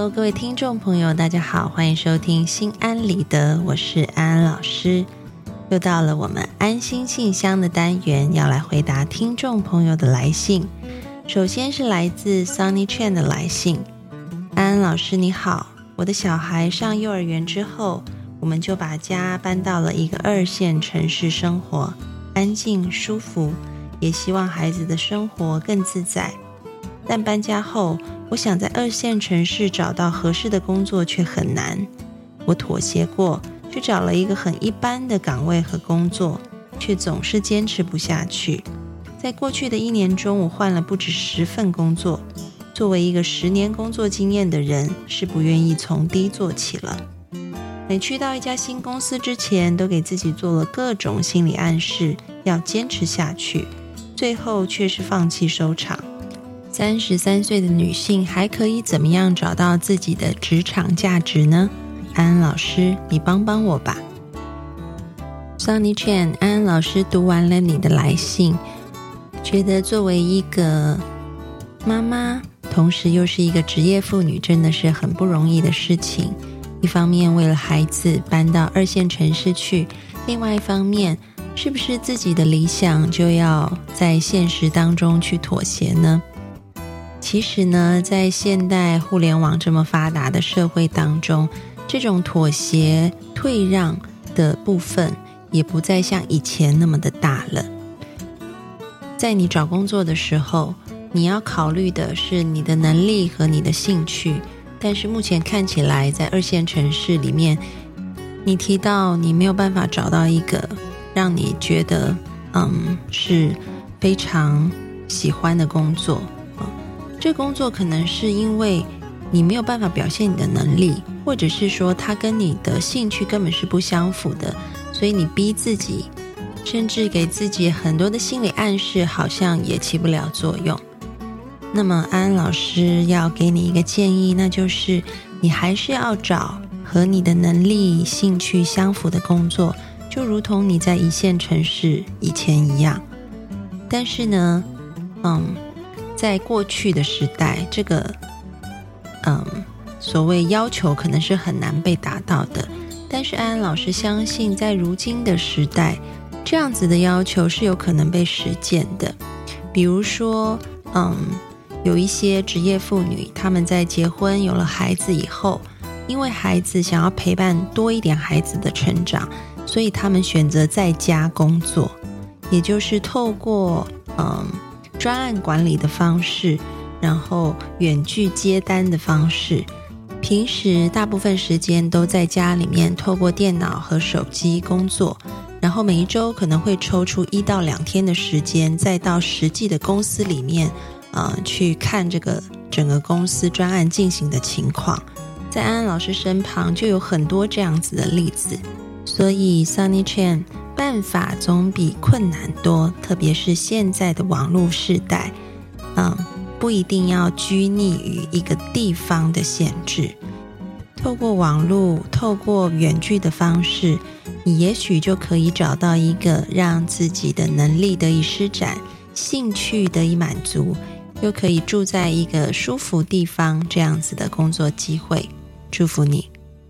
各位听众朋友大家好，欢迎收听心安理得，我是安安老师。又到了我们安心信箱的单元，要来回答听众朋友的来信。首先是来自 Sunny Chen 的来信。安安老师你好，我的小孩上幼儿园之后，我们就把家搬到了一个2线城市生活，安静舒服，也希望孩子的生活更自在。但搬家后，我想在2线城市找到合适的工作却很难。我妥协过，去找了一个很一般的岗位和工作，却总是坚持不下去。在过去的1年中，我换了不止10份工作。作为一个10年工作经验的人，是不愿意从低做起了。每去到一家新公司之前，都给自己做了各种心理暗示，要坚持下去，最后却是放弃收场。33岁的女性还可以怎么样找到自己的职场价值呢？安安老师，你帮帮我吧。Sunny Chen， 安安老师读完了你的来信，觉得作为一个妈妈，同时又是一个职业妇女，真的是很不容易的事情。一方面为了孩子搬到2线城市去，另外一方面是不是自己的理想就要在现实当中去妥协呢？其实呢，在现代互联网这么发达的社会当中，这种妥协退让的部分也不再像以前那么的大了。在你找工作的时候，你要考虑的是你的能力和你的兴趣，但是目前看起来在2线城市里面，你提到你没有办法找到一个让你觉得是非常喜欢的工作。这工作可能是因为你没有办法表现你的能力，或者是说它跟你的兴趣根本是不相符的，所以你逼自己，甚至给自己很多的心理暗示，好像也起不了作用。那么安安老师要给你一个建议，那就是你还是要找和你的能力兴趣相符的工作，就如同你在1线城市以前一样。但是呢在过去的时代，这个所谓要求可能是很难被达到的，但是安安老师相信在如今的时代，这样子的要求是有可能被实践的。比如说有一些职业妇女，她们在结婚有了孩子以后，因为孩子想要陪伴多一点孩子的成长，所以她们选择在家工作，也就是透过专案管理的方式，然后远距接单的方式，平时大部分时间都在家里面透过电脑和手机工作，然后每一周可能会抽出1到2天的时间，再到实际的公司里面去看这个整个公司专案进行的情况。在安安老师身旁就有很多这样子的例子，所以 Sunny Chen， 办法总比困难多，特别是现在的网络时代，不一定要拘泥于一个地方的限制。透过网络，透过远距的方式，你也许就可以找到一个让自己的能力得以施展，兴趣得以满足，又可以住在一个舒服地方，这样子的工作机会。祝福你。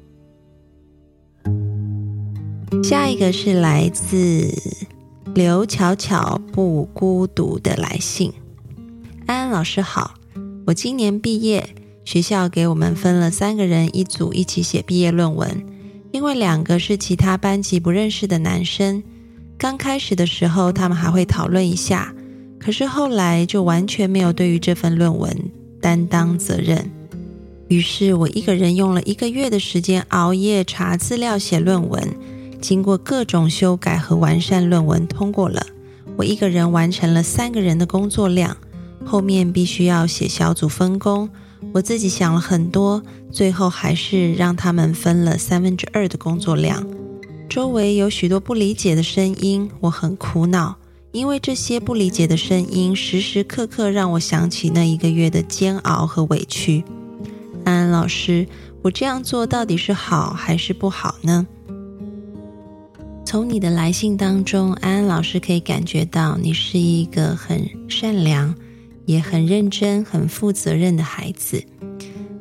下一个是来自刘巧巧不孤独的来信。安安老师好，我今年毕业，学校给我们分了3个人一组一起写毕业论文，另外2个是其他班级不认识的男生。刚开始的时候他们还会讨论一下，可是后来就完全没有对于这份论文担当责任。于是我一个人用了1个月的时间熬夜查资料写论文，经过各种修改和完善，论文通过了。我一个人完成了3个人的工作量，后面必须要写小组分工，我自己想了很多，最后还是让他们分了2/3的工作量。周围有许多不理解的声音，我很苦恼，因为这些不理解的声音时时刻刻让我想起那1个月的煎熬和委屈。安安老师，我这样做到底是好还是不好呢？从你的来信当中，安安老师可以感觉到你是一个很善良，也很认真、很负责任的孩子。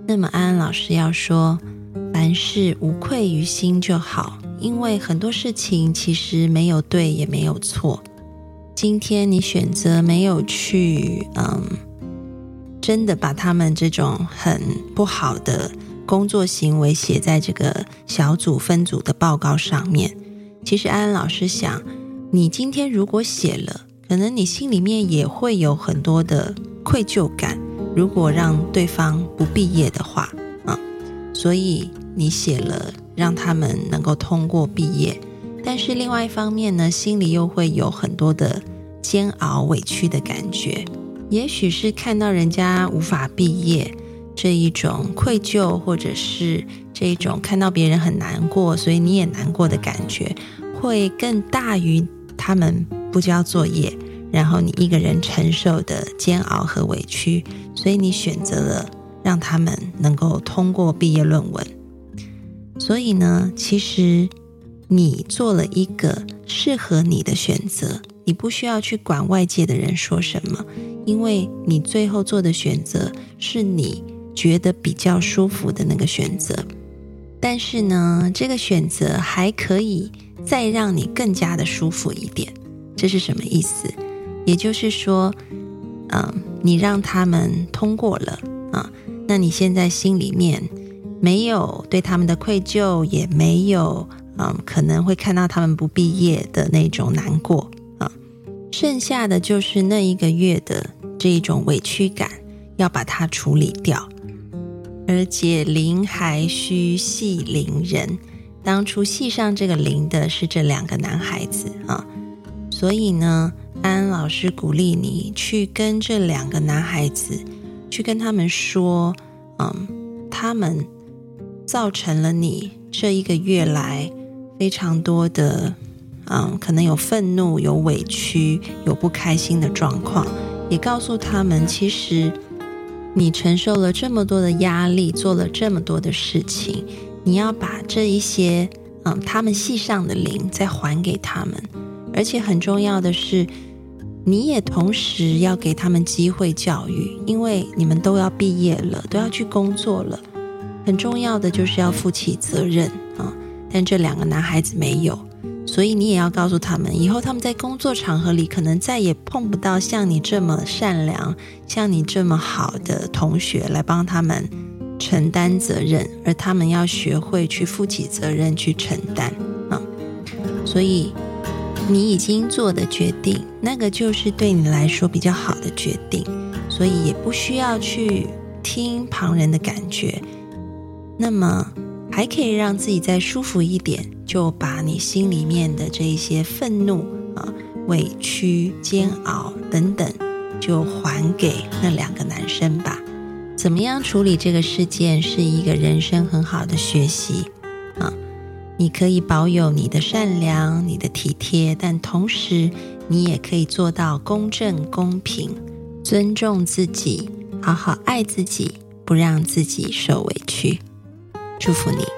那么安安老师要说，凡事无愧于心就好，因为很多事情其实没有对也没有错。今天你选择没有去真的把他们这种很不好的工作行为写在这个小组分组的报告上面，其实安安老师想，你今天如果写了，可能你心里面也会有很多的愧疚感，如果让对方不毕业的话所以你写了让他们能够通过毕业，但是另外一方面呢，心里又会有很多的煎熬委屈的感觉，也许是看到人家无法毕业这一种愧疚，或者是这一种看到别人很难过所以你也难过的感觉，会更大于他们不交作业然后你一个人承受的煎熬和委屈，所以你选择了让他们能够通过毕业论文。所以呢，其实你做了一个适合你的选择，你不需要去管外界的人说什么，因为你最后做的选择是你觉得比较舒服的那个选择。但是呢，这个选择还可以再让你更加的舒服一点。这是什么意思？也就是说你让他们通过了那你现在心里面没有对他们的愧疚，也没有可能会看到他们不毕业的那种难过剩下的就是那一个月的这一种委屈感，要把它处理掉。而解铃还须系铃人，当初系上这个铃的是这两个男孩子所以呢，安安老师鼓励你去跟这两个男孩子去跟他们说他们造成了你这一个月来非常多的可能有愤怒，有委屈，有不开心的状况，也告诉他们其实你承受了这么多的压力，做了这么多的事情，你要把这一些他们系上的铃再还给他们。而且很重要的是，你也同时要给他们机会教育，因为你们都要毕业了，都要去工作了，很重要的就是要负起责任但这两个男孩子没有，所以你也要告诉他们，以后他们在工作场合里可能再也碰不到像你这么善良，像你这么好的同学来帮他们承担责任，而他们要学会去负起责任，去承担所以你已经做的决定，那个就是对你来说比较好的决定，所以也不需要去听旁人的感觉。那么还可以让自己再舒服一点，就把你心里面的这一些愤怒委屈、煎熬等等就还给那两个男生吧。怎么样处理这个事件是一个人生很好的学习你可以保有你的善良，你的体贴，但同时你也可以做到公正公平，尊重自己，好好爱自己，不让自己受委屈。祝福你。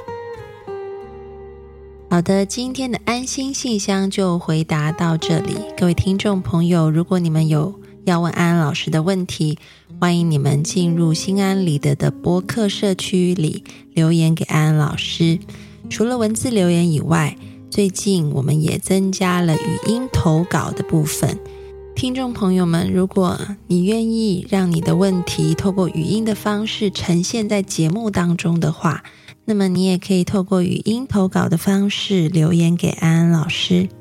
好的，今天的安心信箱就回答到这里。各位听众朋友，如果你们有要问安安老师的问题，欢迎你们进入心安理得的播客社区里留言给安安老师。除了文字留言以外，最近我们也增加了语音投稿的部分。听众朋友们，如果你愿意让你的问题透过语音的方式呈现在节目当中的话，那么你也可以透过语音投稿的方式留言给安安老师。